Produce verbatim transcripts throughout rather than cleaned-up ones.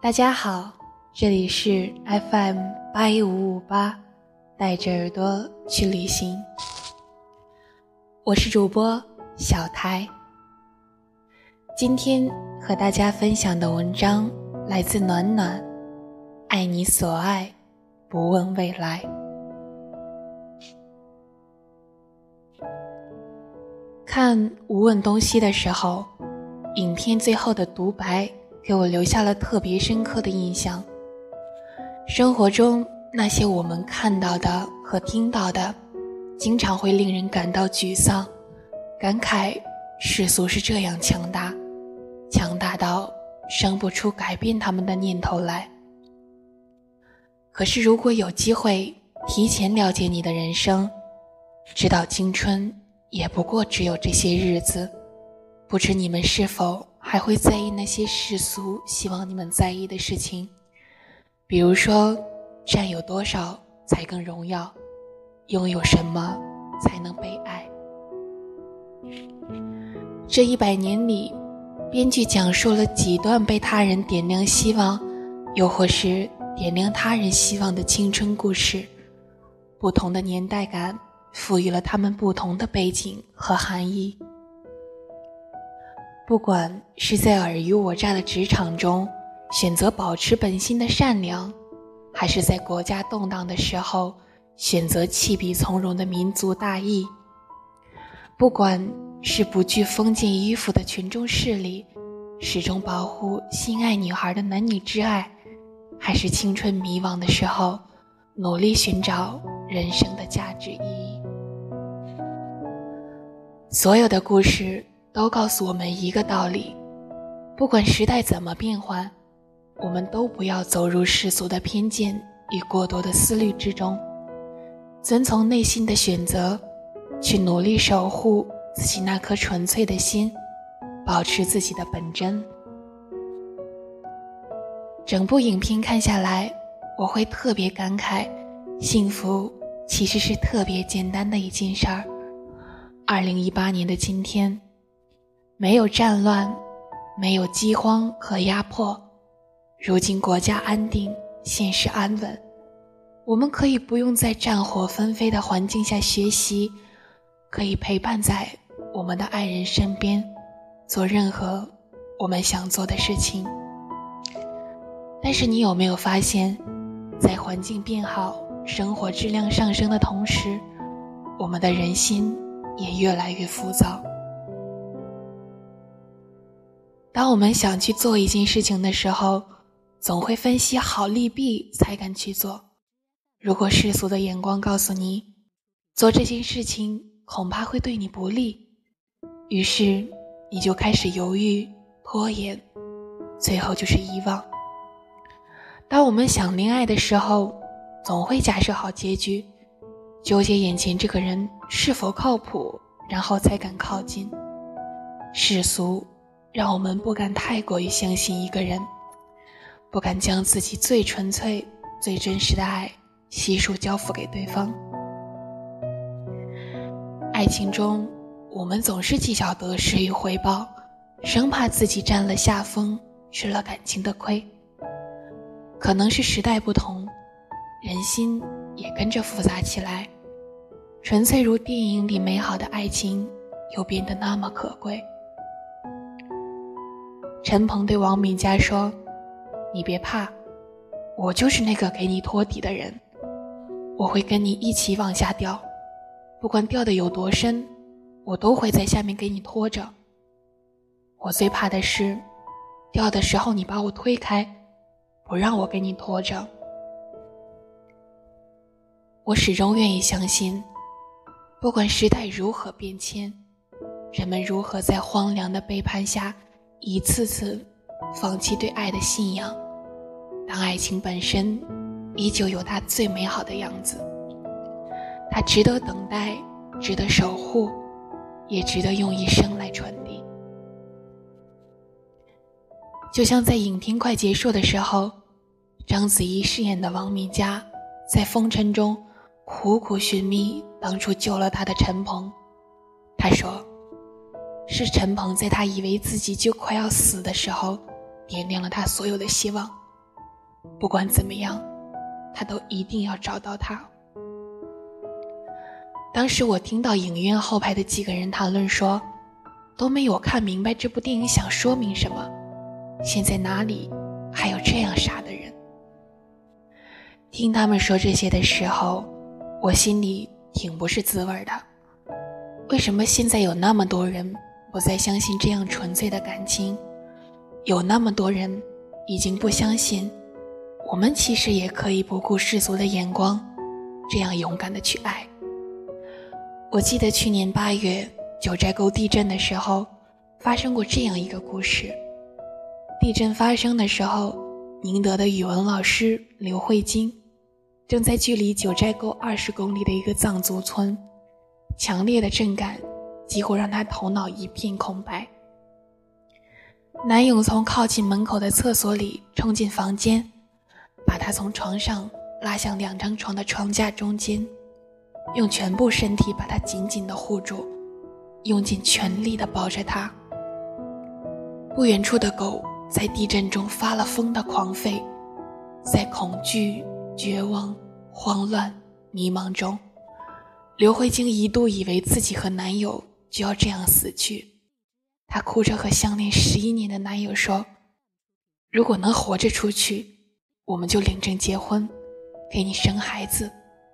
大家好，这里是 F M 八一五五八，带着耳朵去旅行。我是主播小台。今天和大家分享的文章来自暖暖，爱你所爱，不问未来。看《无问东西》的时候，影片最后的独白给我留下了特别深刻的印象。生活中那些我们看到的和听到的，经常会令人感到沮丧，感慨世俗是这样强大，强大到生不出改变他们的念头来。可是如果有机会提前了解你的人生，知道青春也不过只有这些日子，不知你们是否还会在意那些世俗希望你们在意的事情，比如说占有多少才更荣耀，拥有什么才能被爱。这一百年里，编剧讲述了几段被他人点亮希望，又或是点亮他人希望的青春故事，不同的年代感赋予了他们不同的背景和含义。不管是在尔虞我诈的职场中选择保持本心的善良，还是在国家动荡的时候选择弃笔从戎的民族大义，不管是不惧封建迂腐的群众势力，始终保护心爱女孩的男女之爱，还是青春迷惘的时候努力寻找人生的价值意义。所有的故事都告诉我们一个道理，不管时代怎么变换，我们都不要走入世俗的偏见与过多的思虑之中，遵从内心的选择，去努力守护自己那颗纯粹的心，保持自己的本真。整部影片看下来，我会特别感慨，幸福其实是特别简单的一件事儿。二零一八年的今天，没有战乱，没有饥荒和压迫，如今国家安定，现实安稳，我们可以不用在战火纷飞的环境下学习，可以陪伴在我们的爱人身边，做任何我们想做的事情。但是你有没有发现，在环境变好，生活质量上升的同时，我们的人心也越来越浮躁。当我们想去做一件事情的时候，总会分析好利弊才敢去做。如果世俗的眼光告诉你，做这件事情恐怕会对你不利，于是你就开始犹豫、拖延，最后就是遗忘。当我们想恋爱的时候，总会假设好结局，纠结眼前这个人是否靠谱，然后才敢靠近。世俗让我们不敢太过于相信一个人，不敢将自己最纯粹、最真实的爱悉数交付给对方。爱情中，我们总是计较得失与回报，生怕自己占了下风，吃了感情的亏。可能是时代不同，人心也跟着复杂起来，纯粹如电影里美好的爱情又变得那么可贵。陈鹏对王敏佳说，你别怕，我就是那个给你托底的人，我会跟你一起往下掉，不管掉得有多深，我都会在下面给你拖着。我最怕的是掉的时候你把我推开，不让我给你拖着。我始终愿意相信，不管时代如何变迁，人们如何在荒凉的背叛下一次次放弃对爱的信仰，但爱情本身依旧有它最美好的样子，它值得等待，值得守护，也值得用一生来传递。就像在影片快结束的时候，章子怡饰演的王敏佳在风尘中苦苦寻觅当初救了她的陈鹏。她说，是陈鹏在他以为自己就快要死的时候点亮了他所有的希望。 不管怎么样，他都一定要找到他。当时我听到影院后排的几个人谈论说，都没有看明白这部电影想说明什么，现在哪里还有这样傻的人？听他们说这些的时候，我心里挺不是滋味的。为什么现在有那么多人不再相信这样纯粹的感情？有那么多人已经不相信，我们其实也可以不顾世俗的眼光，这样勇敢地去爱。我记得去年八月九寨沟地震的时候，发生过这样一个故事。地震发生的时候，宁德的语文老师刘慧晶正在距离九寨沟二十公里的一个藏族村，强烈的震感几乎让他头脑一片空白。南勇从靠近门口的厕所里冲进房间，把他从床上拉向两张床的床架中间，用全部身体把他紧紧地护住，用尽全力地抱着他。不远处的狗在地震中发了疯的狂吠，在恐惧、绝望、慌乱、迷茫中，刘慧晶一度以为自己和男友就要这样死去。她哭着和相恋十一年的男友说，如果能活着出去，我们就领证结婚，给你生孩子。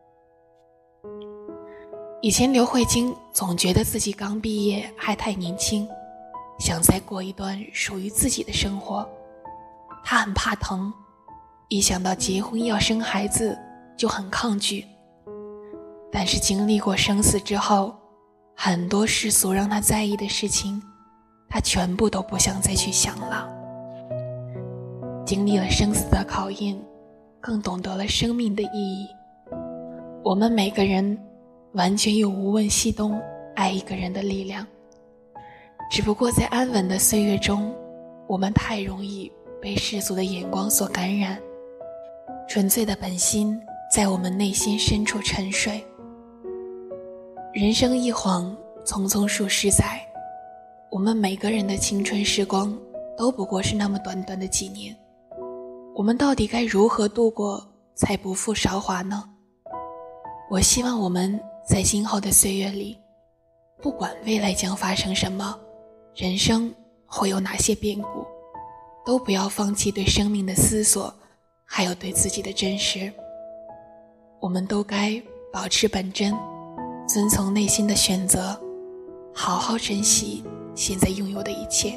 以前刘慧晶总觉得自己刚毕业还太年轻，想再过一段属于自己的生活。她很怕疼，一想到结婚要生孩子就很抗拒。但是经历过生死之后，很多世俗让她在意的事情，她全部都不想再去想了。经历了生死的考验，更懂得了生命的意义。我们每个人完全有无问西东爱一个人的力量，只不过在安稳的岁月中，我们太容易被世俗的眼光所感染，纯粹的本心在我们内心深处沉睡。人生一晃，匆匆数十载，我们每个人的青春时光都不过是那么短短的几年，我们到底该如何度过才不负韶华呢？我希望我们在今后的岁月里，不管未来将发生什么，人生会有哪些变故，都不要放弃对生命的思索，还有对自己的真实。我们都该保持本真，遵从内心的选择，好好珍惜现在拥有的一切。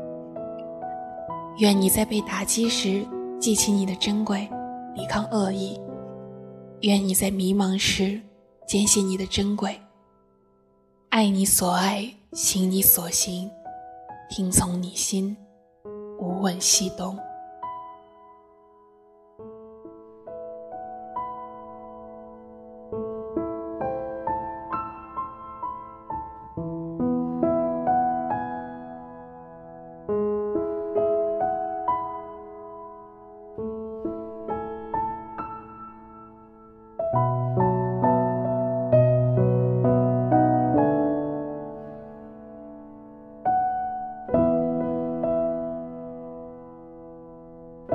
愿你在被打击时记起你的珍贵，抵抗恶意。愿你在迷茫时坚信你的珍贵，爱你所爱，行你所行，听从你心，无问西东。